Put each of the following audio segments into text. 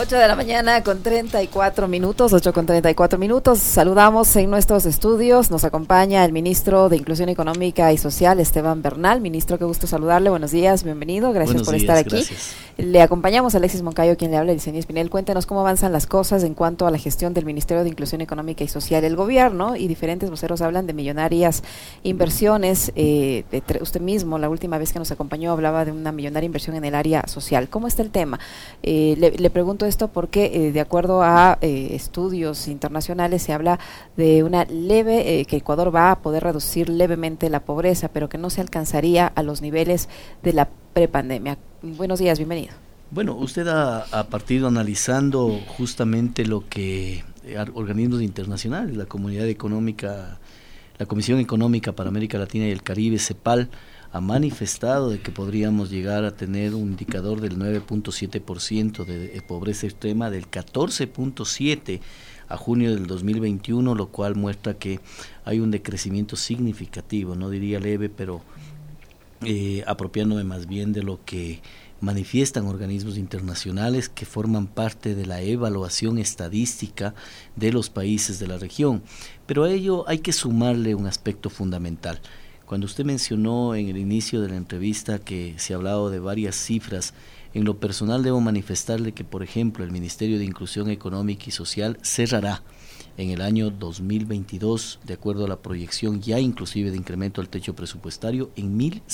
8 de la mañana con 34 minutos, 8 con 34 minutos. Saludamos en nuestros estudios. Nos acompaña el ministro de Inclusión Económica y Social, Esteban Bernal. Ministro, qué gusto saludarle. Buenos días, bienvenido. Gracias por estar aquí. Gracias. Le acompañamos a Alexis Moncayo, quien le habla, Licenia Espinel. Cuéntenos cómo avanzan las cosas en cuanto a la gestión del Ministerio de Inclusión Económica y Social. El gobierno y diferentes voceros hablan de millonarias inversiones. Usted mismo, la última vez que nos acompañó, hablaba de una millonaria inversión en el área social. ¿Cómo está el tema? Le pregunto esto porque de acuerdo a estudios internacionales se habla de una leve, que Ecuador va a poder reducir levemente la pobreza, pero que no se alcanzaría a los niveles de la prepandemia. Buenos días, bienvenido. Bueno, usted ha partido analizando justamente lo que organismos internacionales, la Comunidad Económica, la Comisión Económica para América Latina y el Caribe, CEPAL, ha manifestado de que podríamos llegar a tener un indicador del 9.7% de pobreza extrema, del 14.7% a junio del 2021, lo cual muestra que hay un decrecimiento significativo, no diría leve, pero apropiándome más bien de lo que manifiestan organismos internacionales que forman parte de la evaluación estadística de los países de la región. Pero a ello hay que sumarle un aspecto fundamental. Cuando usted mencionó en el inicio de la entrevista que se ha hablado de varias cifras, en lo personal debo manifestarle que, por ejemplo, el Ministerio de Inclusión Económica y Social cerrará en el año 2022, de acuerdo a la proyección ya inclusive de incremento del techo presupuestario, en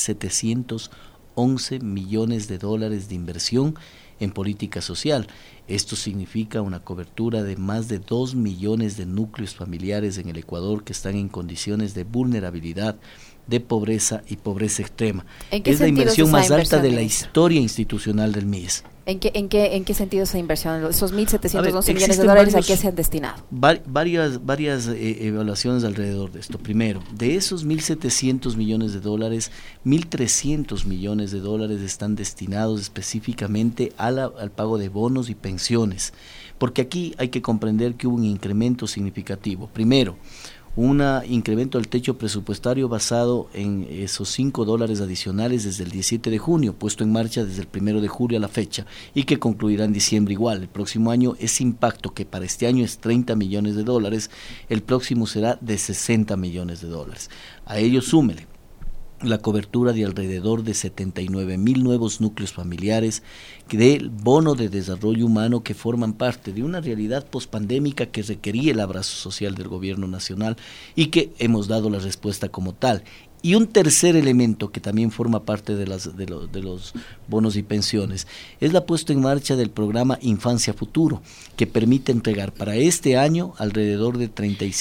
1.711 millones de dólares de inversión en política social. Esto significa una cobertura de más de 2 millones de núcleos familiares en el Ecuador que están en condiciones de vulnerabilidad, de pobreza y pobreza extrema. Es la inversión más alta de la historia institucional del MIES. ¿En qué sentido esa inversión? Esos 1.711 millones de dólares, ¿a qué se han destinado? Varias evaluaciones alrededor de esto. Primero, de esos 1.700 millones de dólares, 1.300 millones de dólares están destinados específicamente al pago de bonos y pensiones, porque aquí hay que comprender que hubo un incremento significativo. Primero, un incremento del techo presupuestario basado en esos $5 adicionales desde el 17 de junio, puesto en marcha desde el 1 de julio a la fecha, y que concluirá en diciembre igual. El próximo año ese impacto, que para este año es 30 millones de dólares, el próximo será de 60 millones de dólares. A ello súmele la cobertura de alrededor de 79,000 nuevos núcleos familiares del bono de desarrollo humano, que forman parte de una realidad pospandémica que requería el abrazo social del gobierno nacional y que hemos dado la respuesta como tal. Y un tercer elemento que también forma parte de los bonos y pensiones es la puesta en marcha del programa Infancia Futuro, que permite entregar para este año alrededor de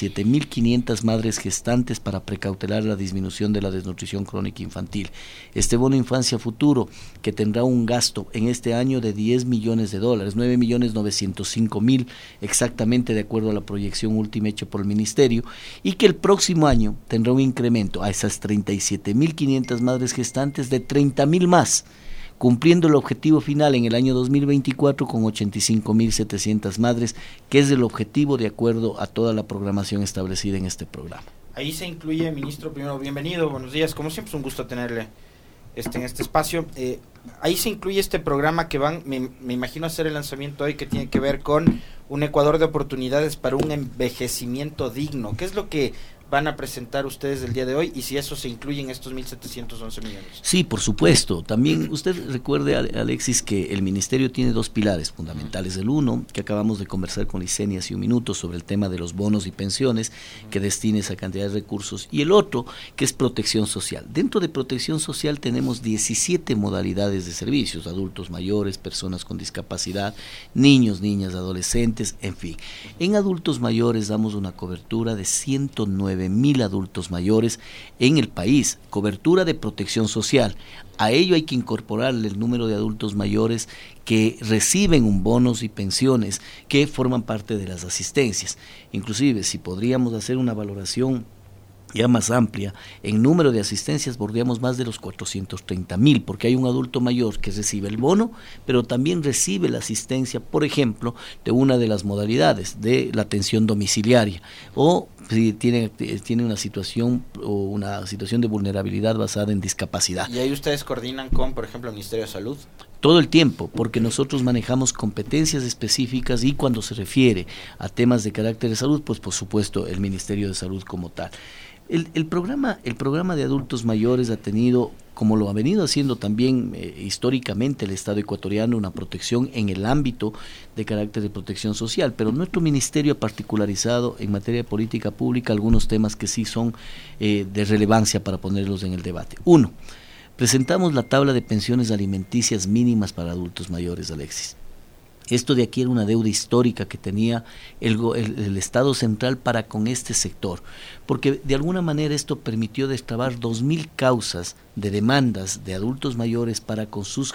37.500 madres gestantes para precautelar la disminución de la desnutrición crónica infantil. Este bono Infancia Futuro, que tendrá un gasto en este año de 10 millones de dólares, 9.905.000 exactamente, de acuerdo a la proyección última hecha por el Ministerio, y que el próximo año tendrá un incremento a esas 37.500 madres gestantes de 30.000 más, cumpliendo el objetivo final en el año 2024 con 85.700 madres, que es el objetivo de acuerdo a toda la programación establecida en este programa. Ahí se incluye, ministro, primero bienvenido, buenos días, como siempre es un gusto tenerle en este espacio. Ahí se incluye este programa que me imagino hacer el lanzamiento hoy, que tiene que ver con un Ecuador de oportunidades para un envejecimiento digno. ¿Qué es lo que van a presentar ustedes el día de hoy y si eso se incluye en estos 1.711 millones? Sí, por supuesto. También usted recuerde, Alexis, que el Ministerio tiene dos pilares fundamentales. El uno, que acabamos de conversar con Licenia hace un minuto sobre el tema de los bonos y pensiones, que destine esa cantidad de recursos, y el otro, que es protección social. Dentro de protección social tenemos 17 modalidades de servicios: adultos mayores, personas con discapacidad, niños, niñas, adolescentes, en fin. En adultos mayores damos una cobertura de 109,000 adultos mayores en el país, cobertura de protección social. A ello hay que incorporarle el número de adultos mayores que reciben un bonos y pensiones que forman parte de las asistencias. Inclusive, si podríamos hacer una valoración ya más amplia, en número de asistencias bordeamos más de los 430,000, porque hay un adulto mayor que recibe el bono, pero también recibe la asistencia, por ejemplo, de una de las modalidades de la atención domiciliaria, o si tiene una situación de vulnerabilidad basada en discapacidad. ¿Y ahí ustedes coordinan con, por ejemplo, el Ministerio de Salud? Todo el tiempo, porque nosotros manejamos competencias específicas y cuando se refiere a temas de carácter de salud, pues por supuesto el Ministerio de Salud como tal. El programa de adultos mayores ha tenido, como lo ha venido haciendo también históricamente el Estado ecuatoriano, una protección en el ámbito de carácter de protección social, pero nuestro ministerio ha particularizado en materia de política pública algunos temas que sí son de relevancia para ponerlos en el debate. Uno, presentamos la tabla de pensiones alimenticias mínimas para adultos mayores, Alexis. Esto de aquí era una deuda histórica que tenía el Estado central para con este sector, porque de alguna manera esto permitió destrabar 2.000 causas de demandas de adultos mayores para con sus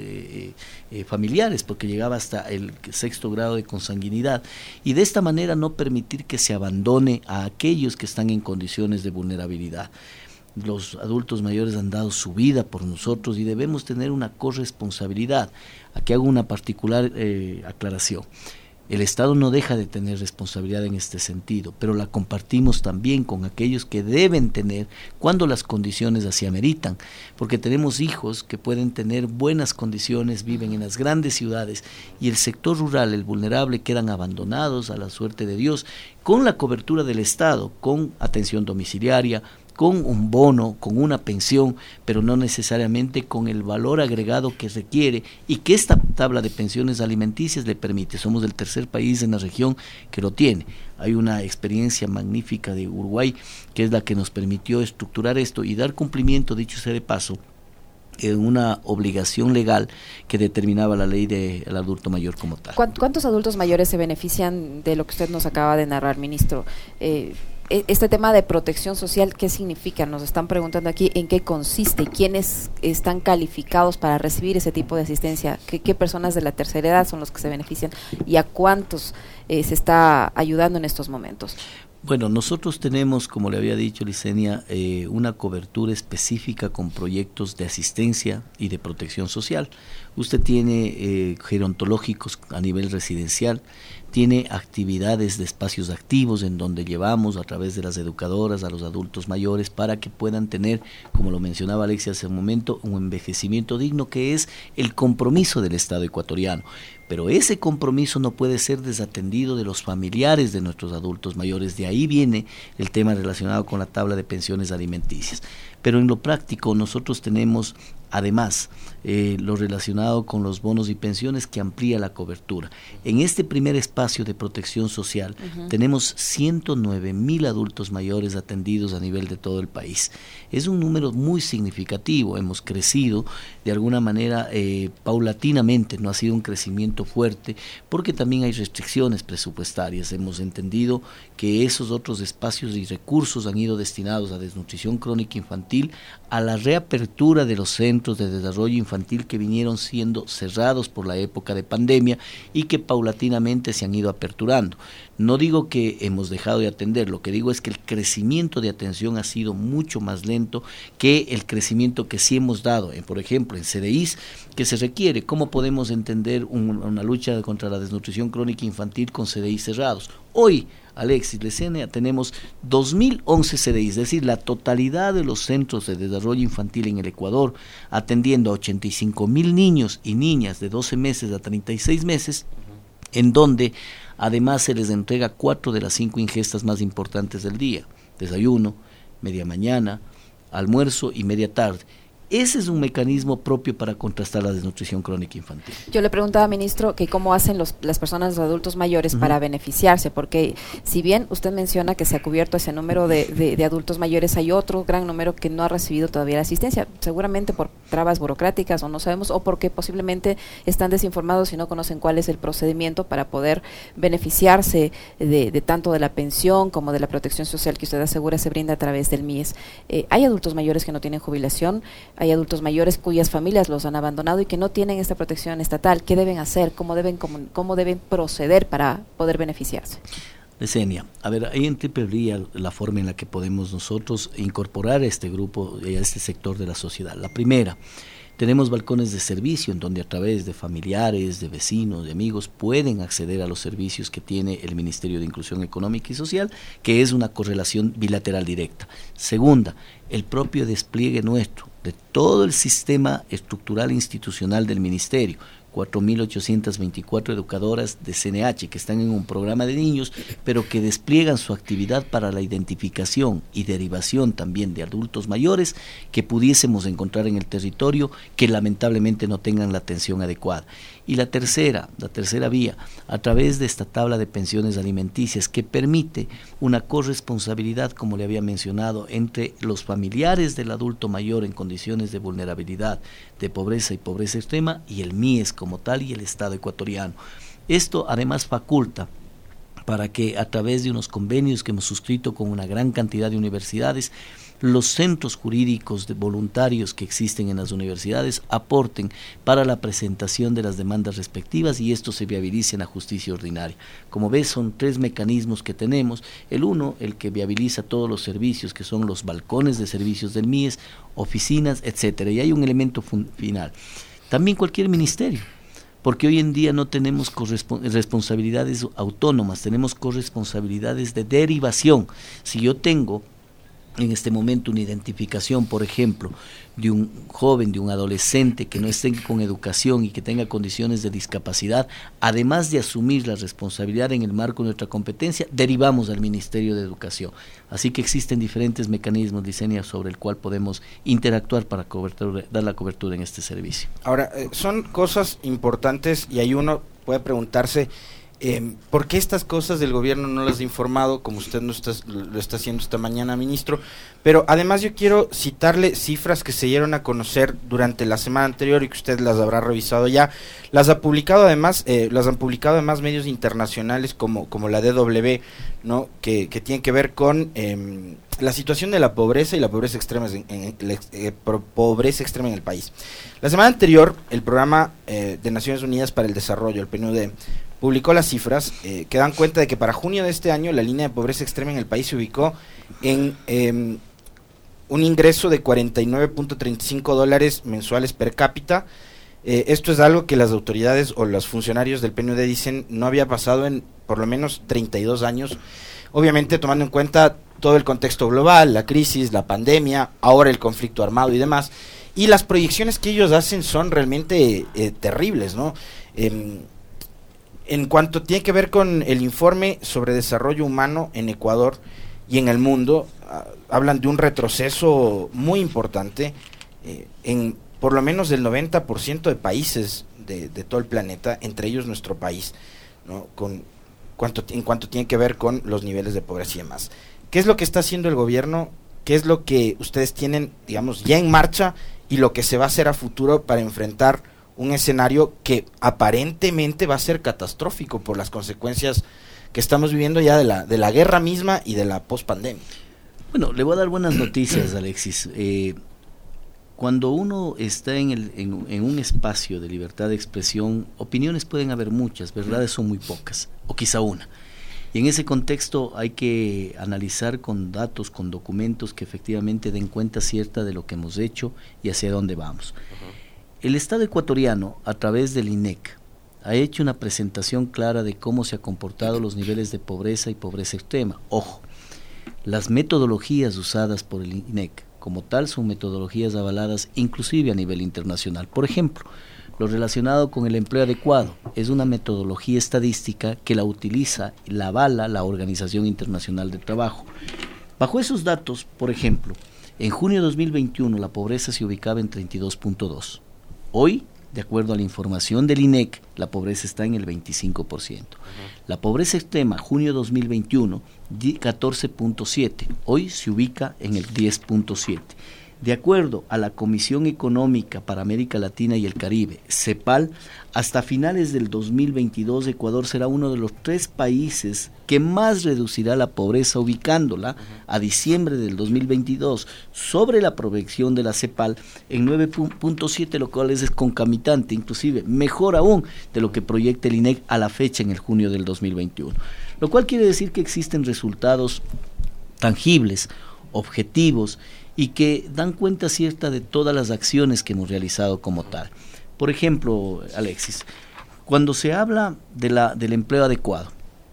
familiares, porque llegaba hasta el 6º grado de consanguinidad, y de esta manera no permitir que se abandone a aquellos que están en condiciones de vulnerabilidad. Los adultos mayores han dado su vida por nosotros y debemos tener una corresponsabilidad. Aquí hago una particular aclaración. El Estado no deja de tener responsabilidad en este sentido, pero la compartimos también con aquellos que deben tener cuando las condiciones así ameritan, porque tenemos hijos que pueden tener buenas condiciones, viven en las grandes ciudades y el sector rural, el vulnerable, quedan abandonados a la suerte de Dios, con la cobertura del Estado, con atención domiciliaria, con un bono, con una pensión, pero no necesariamente con el valor agregado que requiere y que esta tabla de pensiones alimenticias le permite. Somos el tercer país en la región que lo tiene. Hay una experiencia magnífica de Uruguay que es la que nos permitió estructurar esto y dar cumplimiento, dicho sea de paso, en una obligación legal que determinaba la ley del adulto mayor como tal. ¿Cuántos adultos mayores se benefician de lo que usted nos acaba de narrar, ministro? Este tema de protección social, ¿qué significa? Nos están preguntando aquí en qué consiste, quiénes están calificados para recibir ese tipo de asistencia, qué personas de la tercera edad son los que se benefician y a cuántos se está ayudando en estos momentos. Bueno, nosotros tenemos, como le había dicho Licenia, una cobertura específica con proyectos de asistencia y de protección social. Usted tiene gerontológicos a nivel residencial, tiene actividades de espacios activos en donde llevamos a través de las educadoras a los adultos mayores para que puedan tener, como lo mencionaba Alexia hace un momento, un envejecimiento digno, que es el compromiso del Estado ecuatoriano. Pero ese compromiso no puede ser desatendido de los familiares de nuestros adultos mayores. De ahí viene el tema relacionado con la tabla de pensiones alimenticias. Pero en lo práctico nosotros tenemos además lo relacionado con los bonos y pensiones que amplía la cobertura. En este primer espacio de protección social tenemos 109.000 adultos mayores atendidos a nivel de todo el país. Es un número muy significativo, hemos crecido de alguna manera paulatinamente, no ha sido un crecimiento fuerte porque también hay restricciones presupuestarias. Hemos entendido que esos otros espacios y recursos han ido destinados a desnutrición crónica infantil, a la reapertura de los centros de desarrollo infantil que vinieron siendo cerrados por la época de pandemia y que paulatinamente se han ido aperturando. No digo que hemos dejado de atender, lo que digo es que el crecimiento de atención ha sido mucho más lento que el crecimiento que sí hemos dado, por ejemplo, en CDIs, que se requiere. ¿Cómo podemos entender una lucha contra la desnutrición crónica infantil con CDIs cerrados? Hoy, Alexis, Lecenia, tenemos 2.011 CDIs, es decir, la totalidad de los centros de desarrollo infantil en el Ecuador, atendiendo a 85.000 niños y niñas de 12 meses a 36 meses, en donde además se les entrega 4 de las 5 ingestas más importantes del día: desayuno, media mañana, almuerzo y media tarde. Ese es un mecanismo propio para contrastar la desnutrición crónica infantil. Yo le preguntaba, ministro, que cómo hacen las personas, los adultos mayores para beneficiarse, porque si bien usted menciona que se ha cubierto ese número de adultos mayores, hay otro gran número que no ha recibido todavía la asistencia, seguramente por trabas burocráticas o no sabemos, o porque posiblemente están desinformados y no conocen cuál es el procedimiento para poder beneficiarse de tanto de la pensión como de la protección social que usted asegura se brinda a través del MIES. Hay adultos mayores que no tienen jubilación, hay adultos mayores cuyas familias los han abandonado y que no tienen esta protección estatal. ¿Qué deben hacer? ¿Cómo deben proceder para poder beneficiarse? Lecenia, a ver, hay en triple vía la forma en la que podemos nosotros incorporar a este grupo y a este sector de la sociedad. La primera, Tenemos balcones de servicio en donde a través de familiares, de vecinos, de amigos pueden acceder a los servicios que tiene el Ministerio de Inclusión Económica y Social, que es una correlación bilateral directa. Segunda, el propio despliegue nuestro de todo el sistema estructural institucional del Ministerio. 4.824 educadoras de CNH que están en un programa de niños, pero que despliegan su actividad para la identificación y derivación también de adultos mayores que pudiésemos encontrar en el territorio que lamentablemente no tengan la atención adecuada. Y la tercera vía, a través de esta tabla de pensiones alimenticias que permite una corresponsabilidad, como le había mencionado, entre los familiares del adulto mayor en condiciones de vulnerabilidad, de pobreza y pobreza extrema, y el MIES como tal y el Estado ecuatoriano. Esto además faculta para que a través de unos convenios que hemos suscrito con una gran cantidad de universidades, los centros jurídicos de voluntarios que existen en las universidades aporten para la presentación de las demandas respectivas y esto se viabilice en la justicia ordinaria. Como ves, son 3 mecanismos que tenemos. El uno, el que viabiliza todos los servicios, que son los balcones de servicios del MIES, oficinas, etcétera. Y hay un elemento final. También cualquier ministerio, porque hoy en día no tenemos responsabilidades autónomas, tenemos corresponsabilidades de derivación. Si yo tengo en este momento una identificación, por ejemplo, de un joven, de un adolescente que no esté con educación y que tenga condiciones de discapacidad, además de asumir la responsabilidad en el marco de nuestra competencia, derivamos al Ministerio de Educación. Así que existen diferentes mecanismos, Licenia, sobre el cual podemos interactuar para dar la cobertura en este servicio. Ahora, son cosas importantes y ahí uno puede preguntarse, ¿por qué estas cosas del gobierno no las ha informado, como usted lo está haciendo esta mañana, ministro? Pero además yo quiero citarle cifras que se dieron a conocer durante la semana anterior y que usted las habrá revisado ya. Las han publicado además medios internacionales como la DW, ¿no? Que tienen que ver con la situación de la pobreza y la pobreza extrema pobreza extrema en el país. La semana anterior, el Programa de Naciones Unidas para el Desarrollo, el PNUD, publicó las cifras que dan cuenta de que para junio de este año la línea de pobreza extrema en el país se ubicó en un ingreso de $49.35 mensuales per cápita. Esto es algo que las autoridades o los funcionarios del PNUD dicen no había pasado en por lo menos 32 años, obviamente tomando en cuenta todo el contexto global, la crisis, la pandemia, ahora el conflicto armado y demás, y las proyecciones que ellos hacen son realmente terribles, ¿no? En cuanto tiene que ver con el informe sobre desarrollo humano en Ecuador y en el mundo, hablan de un retroceso muy importante en por lo menos del 90% de países de todo el planeta, entre ellos nuestro país, ¿no? En cuanto tiene que ver con los niveles de pobreza y demás. ¿Qué es lo que está haciendo el gobierno? ¿Qué es lo que ustedes tienen, digamos, ya en marcha y lo que se va a hacer a futuro para enfrentar un escenario que aparentemente va a ser catastrófico por las consecuencias que estamos viviendo ya de la guerra misma y de la pospandemia? Bueno, le voy a dar buenas noticias, Alexis. Cuando uno está en un espacio de libertad de expresión, opiniones pueden haber muchas, verdades son muy pocas, o quizá una. Y en ese contexto hay que analizar con datos, con documentos que efectivamente den cuenta cierta de lo que hemos hecho y hacia dónde vamos. El Estado ecuatoriano, a través del INEC, ha hecho una presentación clara de cómo se han comportado los niveles de pobreza y pobreza extrema. Ojo, las metodologías usadas por el INEC, como tal, son metodologías avaladas inclusive a nivel internacional. Por ejemplo, lo relacionado con el empleo adecuado es una metodología estadística que la utiliza, la avala la Organización Internacional del Trabajo. Bajo esos datos, por ejemplo, en junio de 2021 la pobreza se ubicaba en 32.2. Hoy, de acuerdo a la información del INEC, la pobreza está en el 25%. La pobreza extrema, junio 2021, 14.7. Hoy se ubica en el 10.7. De acuerdo a la Comisión Económica para América Latina y el Caribe, CEPAL, hasta finales del 2022 Ecuador será uno de los 3 países que más reducirá la pobreza, ubicándola a diciembre del 2022 sobre la proyección de la CEPAL en 9.7, lo cual es concomitante, inclusive mejor aún de lo que proyecta el INEC a la fecha en el junio del 2021. Lo cual quiere decir que existen resultados tangibles, objetivos, y que dan cuenta cierta de todas las acciones que hemos realizado como tal. Por ejemplo, Alexis, cuando se habla del empleo adecuado,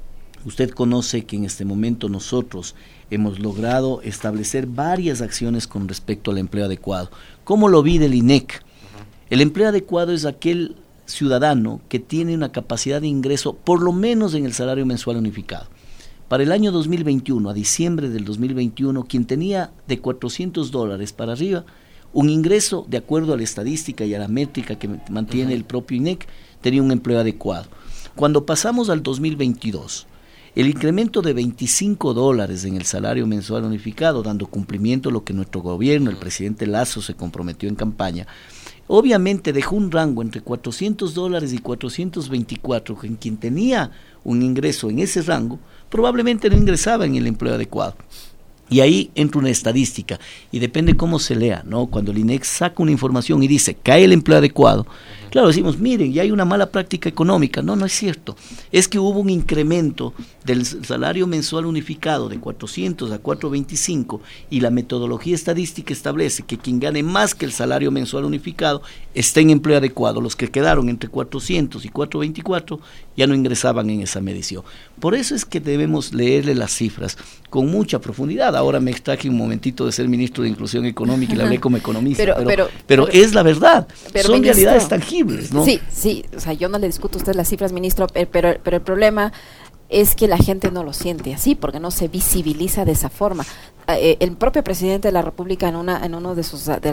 usted conoce que en este momento nosotros hemos logrado establecer varias acciones con respecto al empleo adecuado. ¿Cómo lo vi del INEC? El empleo adecuado es aquel ciudadano que tiene una capacidad de ingreso por lo menos en el salario mensual unificado. Para el año 2021, a diciembre del 2021, quien tenía de $400 para arriba, un ingreso de acuerdo a la estadística y a la métrica que mantiene el propio INEC, tenía un empleo adecuado. Cuando pasamos al 2022, el incremento de $25 en el salario mensual unificado, dando cumplimiento a lo que nuestro gobierno, el presidente Lasso, se comprometió en campaña, obviamente dejó un rango entre $400 y 424, en quien tenía un ingreso en ese rango, probablemente no ingresaba en el empleo adecuado. Y ahí entra una estadística, y depende cómo se lea, ¿no? Cuando el INEC saca una información y dice, cae el empleo adecuado, claro, decimos, miren, ya hay una mala práctica económica. No, no es cierto. Es que hubo un incremento del salario mensual unificado de 400 a 425, y la metodología estadística establece que quien gane más que el salario mensual unificado está en empleo adecuado. Los que quedaron entre 400 y 424 ya no ingresaban en esa medición. Por eso es que debemos leerle las cifras con mucha profundidad. Ahora me extraje un momentito de ser ministro de Inclusión Económica y le hablé como economista, pero es la verdad, son realidades tangibles, ¿no? Sí, o sea, yo no le discuto a usted las cifras, ministro, pero el problema es que la gente no lo siente así, porque no se visibiliza de esa forma. El propio presidente de la República en uno de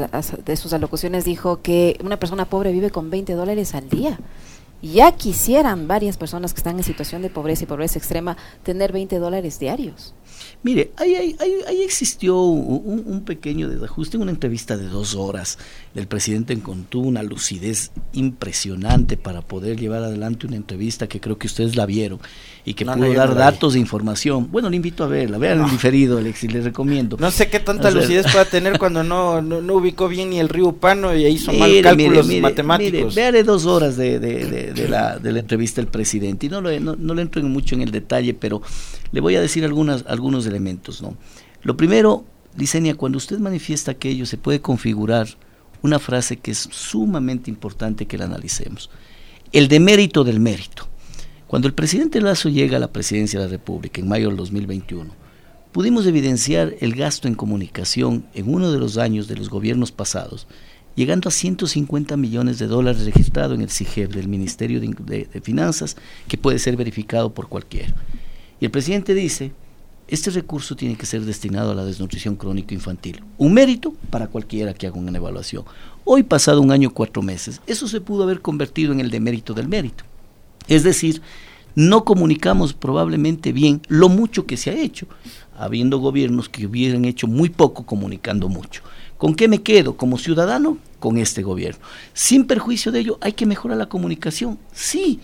sus alocuciones dijo que una persona pobre vive con $20 al día. Ya quisieran varias personas que están en situación de pobreza y pobreza extrema tener $20 diarios. Mire, ahí existió un pequeño desajuste. En una entrevista de 2 horas, el presidente encontró una lucidez impresionante para poder llevar adelante una entrevista que creo que ustedes la vieron y que pudo dar datos e información. Bueno, le invito a verla, vean en diferido, Alexis, les recomiendo. No sé qué tanta lucidez pueda tener cuando no ubicó bien ni el río Upano y hizo mal cálculos matemáticos. Véale 2 horas de la entrevista del presidente, y no le entro mucho en el detalle, pero le voy a decir algunos elementos, ¿no? Lo primero, Licenia, cuando usted manifiesta aquello, se puede configurar una frase que es sumamente importante que la analicemos: el demérito del mérito. Cuando el presidente Lasso llega a la presidencia de la República en mayo del 2021, pudimos evidenciar el gasto en comunicación en uno de los años de los gobiernos pasados, llegando a $150 millones registrado en el CIGEB del Ministerio de Finanzas, que puede ser verificado por cualquiera. Y el presidente dice, este recurso tiene que ser destinado a la desnutrición crónica infantil. Un mérito para cualquiera que haga una evaluación. Hoy, pasado 1 año 4 meses, eso se pudo haber convertido en el demérito del mérito. Es decir, no comunicamos probablemente bien lo mucho que se ha hecho, habiendo gobiernos que hubieran hecho muy poco comunicando mucho. ¿Con qué me quedo como ciudadano? Con este gobierno. Sin perjuicio de ello, hay que mejorar la comunicación. Sí,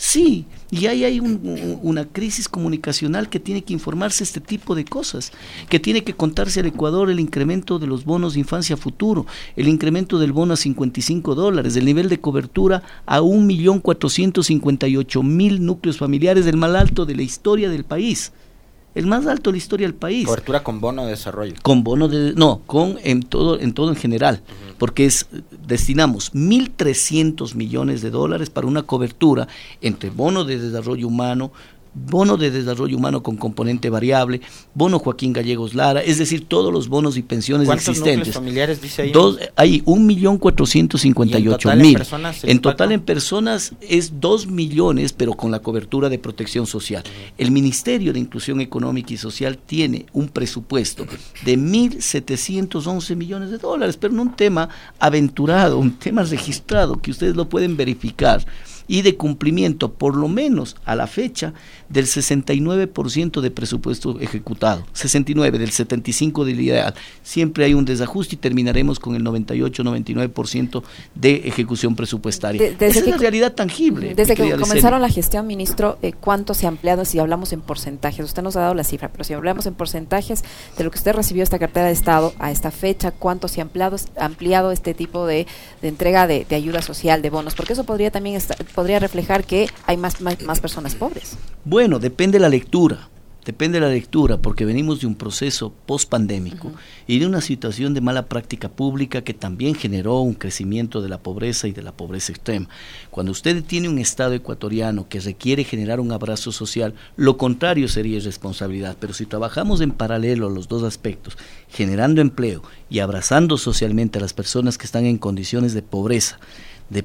y ahí hay una crisis comunicacional que tiene que informarse este tipo de cosas, que tiene que contarse al Ecuador el incremento de los bonos de infancia futuro, el incremento del bono a $55, el nivel de cobertura a 1.458.000 núcleos familiares, el más alto de la historia del país. El más alto de la historia del país. Cobertura con bono de desarrollo. Con bono en todo en general, porque destinamos $1.300 millones para una cobertura entre bono de desarrollo humano con componente variable, bono Joaquín Gallegos Lara, es decir, todos los bonos y pensiones existentes. ¿Cuántos núcleos familiares dice ahí? Hay 1.458.000. En total en personas es 2 millones, pero con la cobertura de protección social. El Ministerio de Inclusión Económica y Social tiene un presupuesto de $1.711 millones, pero no un tema aventurado, un tema registrado que ustedes lo pueden verificar, y de cumplimiento, por lo menos a la fecha, del 69% de presupuesto ejecutado, 69 del 75 del ideal. Siempre hay un desajuste y terminaremos con el 98-99% de ejecución presupuestaria. Esa es la realidad tangible. Desde que comenzaron la gestión, ministro, ¿cuánto se ha ampliado? Si hablamos en porcentajes, usted nos ha dado la cifra, pero si hablamos en porcentajes de lo que usted recibió esta cartera de Estado a esta fecha, ¿cuánto se ha ampliado este tipo de entrega de ayuda social, de bonos? Porque eso podría también podría reflejar que hay más personas pobres. Bueno, depende de la lectura. depende de la lectura, porque venimos de un proceso post-pandémico y de una situación de mala práctica pública que también generó un crecimiento de la pobreza y de la pobreza extrema. Cuando usted tiene un Estado ecuatoriano que requiere generar un abrazo social, lo contrario sería irresponsabilidad, pero si trabajamos en paralelo los dos aspectos, generando empleo y abrazando socialmente a las personas que están en condiciones de pobreza y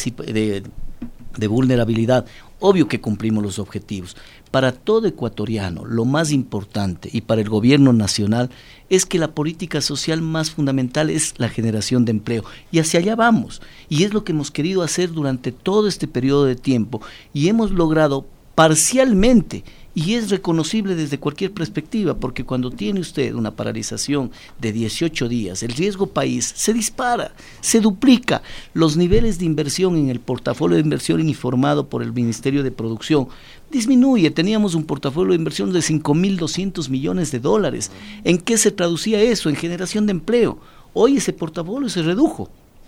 de vulnerabilidad, obvio que cumplimos los objetivos. Para todo ecuatoriano, lo más importante, y para el gobierno nacional, es que la política social más fundamental es la generación de empleo, y hacia allá vamos, y es lo que hemos querido hacer durante todo este periodo de tiempo, y hemos logrado parcialmente, y es reconocible desde cualquier perspectiva, porque cuando tiene usted una paralización de 18 días, el riesgo país se dispara, se duplica. Los niveles de inversión en el portafolio de inversión informado por el Ministerio de Producción disminuye. Teníamos un portafolio de inversión de 5.200 millones de dólares. ¿En qué se traducía eso? En generación de empleo. Hoy ese portafolio se redujo.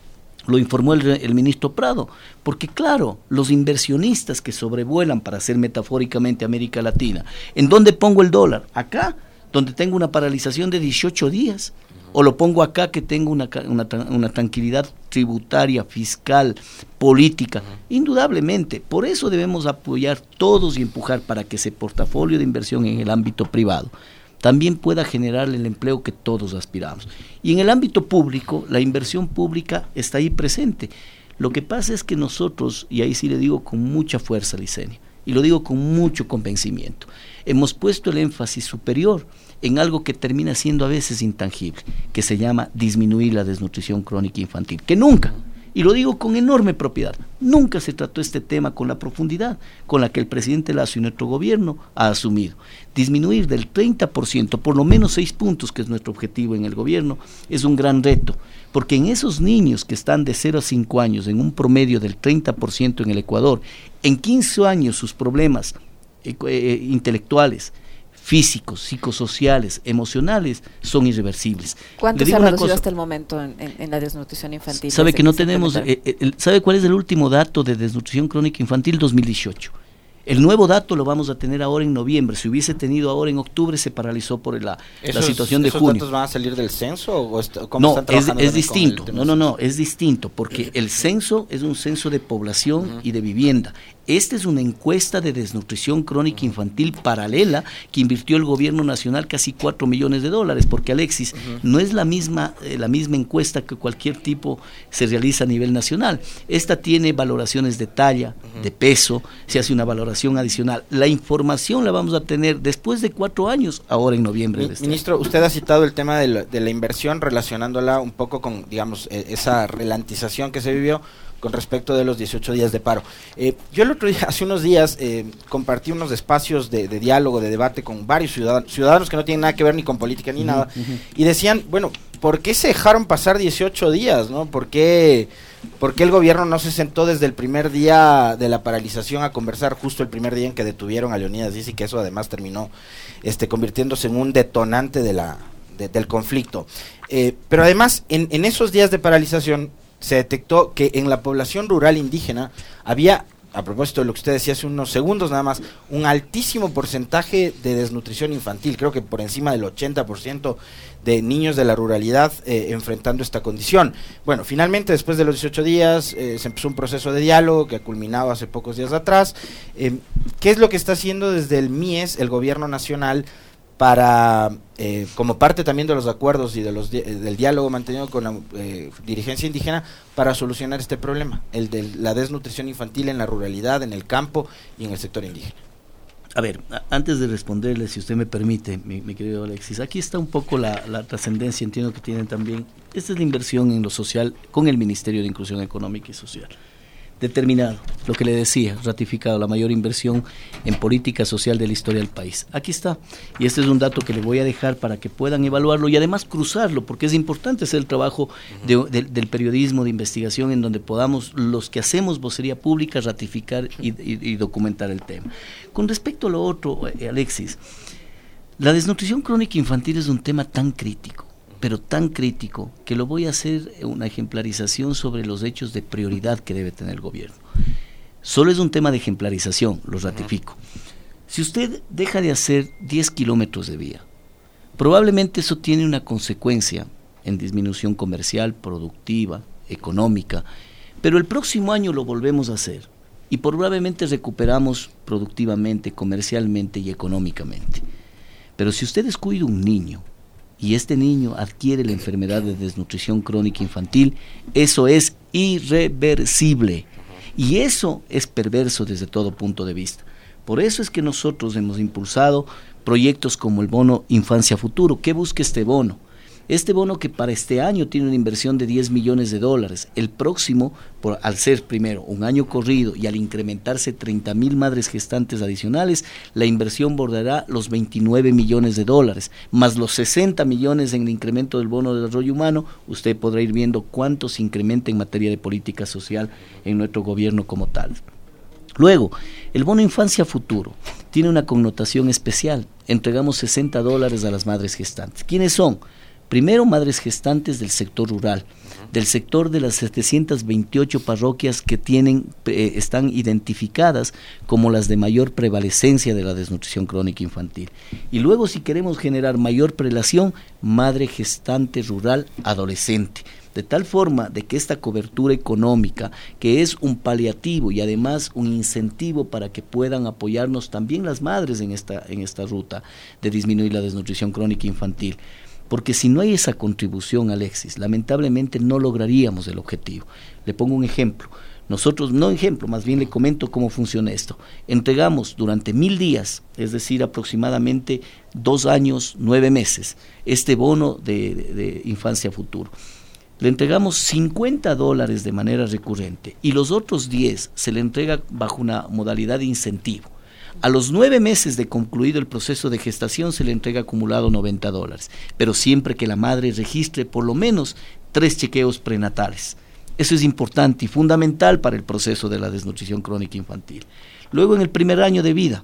Lo informó el ministro Prado, porque claro, los inversionistas que sobrevuelan, para hacer metafóricamente América Latina, ¿en dónde pongo el dólar? ¿Acá, donde tengo una paralización de 18 días? ¿O lo pongo acá, que tengo una tranquilidad tributaria, fiscal, política? Indudablemente, por eso debemos apoyar todos y empujar para que ese portafolio de inversión en el ámbito privado también pueda generar el empleo que todos aspiramos. Y en el ámbito público, la inversión pública está ahí presente. Lo que pasa es que nosotros, y ahí sí le digo con mucha fuerza, Licenia, y lo digo con mucho convencimiento, hemos puesto el énfasis superior en algo que termina siendo a veces intangible, que se llama disminuir la desnutrición crónica infantil, que nunca, y lo digo con enorme propiedad, nunca se trató este tema con la profundidad con la que el presidente Lasso y nuestro gobierno ha asumido. Disminuir del 30%, por lo menos 6 puntos, que es nuestro objetivo en el gobierno, es un gran reto, porque en esos niños que están de 0 a 5 años, en un promedio del 30% en el Ecuador, en 15 años sus problemas intelectuales, físicos, psicosociales, emocionales, son irreversibles. ¿Cuánto se ha reducido hasta el momento en la desnutrición infantil? Sabe que no tenemos, ¿sabe cuál es el último dato de desnutrición crónica infantil? 2018. El nuevo dato lo vamos a tener ahora en noviembre. Si hubiese tenido ahora en octubre, se paralizó por la situación de junio. ¿Esos datos van a salir del censo? ¿O cómo están trabajando? Es distinto. No, es distinto, porque el censo es un censo de población y de vivienda. Esta es una encuesta de desnutrición crónica infantil paralela que invirtió el gobierno nacional casi 4 millones de dólares, porque Alexis, no es la misma encuesta que cualquier tipo se realiza a nivel nacional. Esta tiene valoraciones de talla, de peso, se hace una valoración adicional. La información la vamos a tener después de 4 años, ahora en noviembre. Ministro, usted ha citado el tema de la inversión, relacionándola un poco con, digamos, esa ralentización que se vivió con respecto de los 18 días de paro. Yo el otro día, hace unos días, compartí unos espacios de diálogo, de debate con varios ciudadanos que no tienen nada que ver ni con política ni nada, y decían, bueno, ¿por qué se dejaron pasar 18 días, no? ¿Por qué el gobierno no se sentó desde el primer día de la paralización a conversar, justo el primer día en que detuvieron a Leonidas Diz, y que eso además terminó convirtiéndose en un detonante del conflicto? Pero además, en esos días de paralización, se detectó que en la población rural indígena había, a propósito de lo que usted decía hace unos segundos nada más, un altísimo porcentaje de desnutrición infantil, creo que por encima del 80% de niños de la ruralidad enfrentando esta condición. Bueno, finalmente después de los 18 días se empezó un proceso de diálogo que ha culminado hace pocos días atrás. ¿Qué es lo que está haciendo desde el MIES, el gobierno nacional, para, como parte también de los acuerdos y del diálogo mantenido con la dirigencia indígena, para solucionar este problema, el de la desnutrición infantil en la ruralidad, en el campo y en el sector indígena? A ver, antes de responderle, si usted me permite, mi querido Alexis, aquí está un poco la trascendencia, entiendo que tienen también. Esta es la inversión en lo social con el Ministerio de Inclusión Económica y Social. Determinado, lo que le decía, ratificado, la mayor inversión en política social de la historia del país. Aquí está, y este es un dato que le voy a dejar para que puedan evaluarlo y además cruzarlo, porque es importante hacer el trabajo del periodismo, de investigación, en donde podamos, los que hacemos vocería pública, ratificar y documentar el tema. Con respecto a lo otro, Alexis, la desnutrición crónica infantil es un tema tan crítico, pero tan crítico, que lo voy a hacer una ejemplarización sobre los hechos de prioridad que debe tener el gobierno. Solo es un tema de ejemplarización, lo ratifico. Si usted deja de hacer 10 kilómetros de vía, probablemente eso tiene una consecuencia en disminución comercial, productiva, económica, pero el próximo año lo volvemos a hacer y probablemente recuperamos productivamente, comercialmente y económicamente. Pero si usted descuida un niño y este niño adquiere la enfermedad de desnutrición crónica infantil, eso es irreversible y eso es perverso desde todo punto de vista. Por eso es que nosotros hemos impulsado proyectos como el bono Infancia Futuro. ¿Qué busca este bono? Este bono que para este año tiene una inversión de 10 millones de dólares, el próximo, al ser primero un año corrido y al incrementarse 30,000 madres gestantes adicionales, la inversión bordará los 29 millones de dólares, más los 60 millones en el incremento del bono de desarrollo humano. Usted podrá ir viendo cuánto se incrementa en materia de política social en nuestro gobierno como tal. Luego, el bono Infancia Futuro tiene una connotación especial. Entregamos $60 a las madres gestantes. ¿Quiénes son? Primero, madres gestantes del sector rural, del sector de las 728 parroquias que están identificadas como las de mayor prevalecencia de la desnutrición crónica infantil. Y luego, si queremos generar mayor prelación, madre gestante rural adolescente. De tal forma de que esta cobertura económica, que es un paliativo y además un incentivo para que puedan apoyarnos también las madres en esta ruta de disminuir la desnutrición crónica infantil. Porque si no hay esa contribución, Alexis, lamentablemente no lograríamos el objetivo. Le pongo un ejemplo. Nosotros, no ejemplo, más bien le comento cómo funciona esto. Entregamos durante 1,000 días, es decir, aproximadamente 2 años, 9 meses, este bono de Infancia Futuro. Le entregamos $50 de manera recurrente y los otros 10 se le entrega bajo una modalidad de incentivo. A los 9 meses de concluido el proceso de gestación se le entrega acumulado $90, pero siempre que la madre registre por lo menos 3 chequeos prenatales. Eso es importante y fundamental para el proceso de la desnutrición crónica infantil. Luego, en el primer año de vida,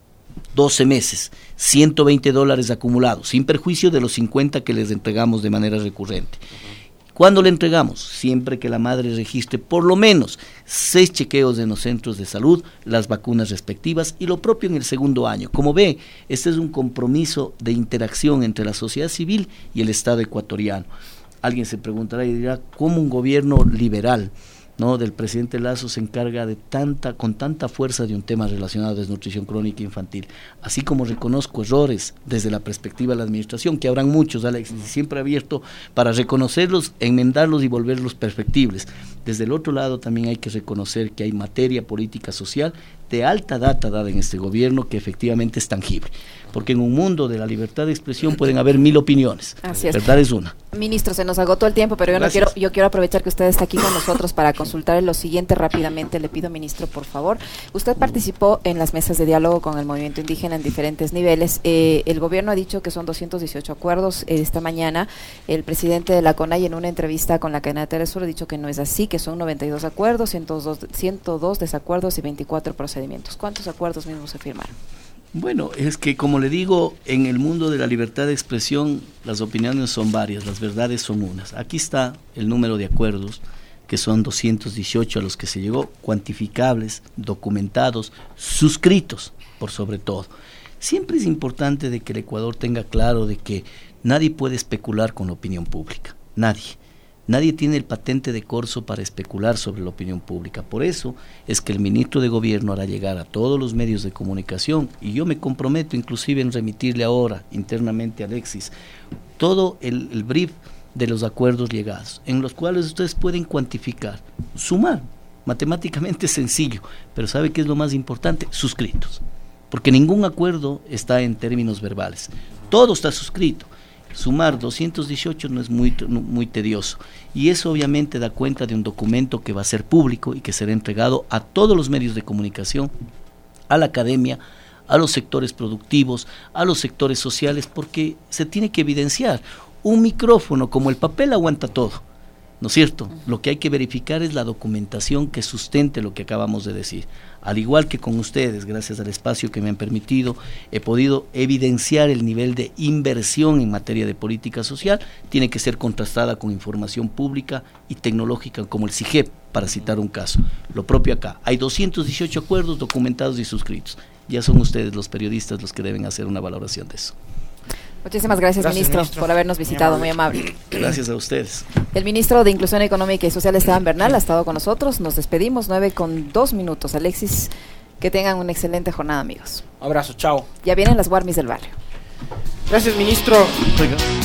12 meses, $120 acumulados, sin perjuicio de los 50 que les entregamos de manera recurrente. ¿Cuándo le entregamos? Siempre que la madre registre por lo menos 6 chequeos en los centros de salud, las vacunas respectivas y lo propio en el segundo año. Como ve, este es un compromiso de interacción entre la sociedad civil y el Estado ecuatoriano. Alguien se preguntará y dirá, ¿cómo un gobierno liberal, ¿no?, del presidente Lasso se encarga con tanta fuerza de un tema relacionado a desnutrición crónica infantil? Así como reconozco errores desde la perspectiva de la administración, que habrán muchos, Alexis, y siempre abierto para reconocerlos, enmendarlos y volverlos perfectibles. Desde el otro lado también hay que reconocer que hay materia política social de alta data dada en este gobierno que efectivamente es tangible, porque en un mundo de la libertad de expresión pueden haber 1000 opiniones. Así es. Verdad es una. Ministro, se nos agotó el tiempo, pero yo quiero aprovechar que usted está aquí con nosotros para consultarle lo siguiente rápidamente. Le pido, ministro, por favor. Usted participó en las mesas de diálogo con el movimiento indígena en diferentes niveles. El gobierno ha dicho que son 218 acuerdos. Esta mañana el presidente de la CONAIE, en una entrevista con la cadena de Telesur, ha dicho que no es así, que son 92 acuerdos, 102 desacuerdos y 24 procedimientos. ¿Cuántos acuerdos mismos se firmaron? Bueno, es que como le digo, en el mundo de la libertad de expresión las opiniones son varias, las verdades son unas. Aquí está el número de acuerdos, que son 218 a los que se llegó, cuantificables, documentados, suscritos por sobre todo. Siempre es importante de que el Ecuador tenga claro de que nadie puede especular con la opinión pública, nadie. Nadie tiene el patente de corso para especular sobre la opinión pública. Por eso es que el ministro de Gobierno hará llegar a todos los medios de comunicación, y yo me comprometo inclusive en remitirle ahora internamente a Alexis todo el brief de los acuerdos llegados, en los cuales ustedes pueden cuantificar, sumar, matemáticamente sencillo, pero ¿sabe qué es lo más importante? Suscritos, porque ningún acuerdo está en términos verbales, todo está suscrito. Sumar 218 no es muy tedioso, y eso obviamente da cuenta de un documento que va a ser público y que será entregado a todos los medios de comunicación, a la academia, a los sectores productivos, a los sectores sociales, porque se tiene que evidenciar. Un micrófono como el papel aguanta todo, ¿no es cierto? Lo que hay que verificar es la documentación que sustente lo que acabamos de decir. Al igual que con ustedes, gracias al espacio que me han permitido, he podido evidenciar el nivel de inversión en materia de política social, tiene que ser contrastada con información pública y tecnológica como el CIGEP, para citar un caso. Lo propio acá, hay 218 acuerdos documentados y suscritos. ya son ustedes los periodistas los que deben hacer una valoración de eso. Muchísimas gracias, ministro, por habernos visitado, muy amable. Gracias a ustedes. El ministro de Inclusión Económica y Social, Esteban Bernal, ha estado con nosotros. Nos despedimos, 9:02. Alexis, que tengan una excelente jornada, amigos. Abrazo, chao. Ya vienen las Warmis del barrio. Gracias, ministro. Oiga.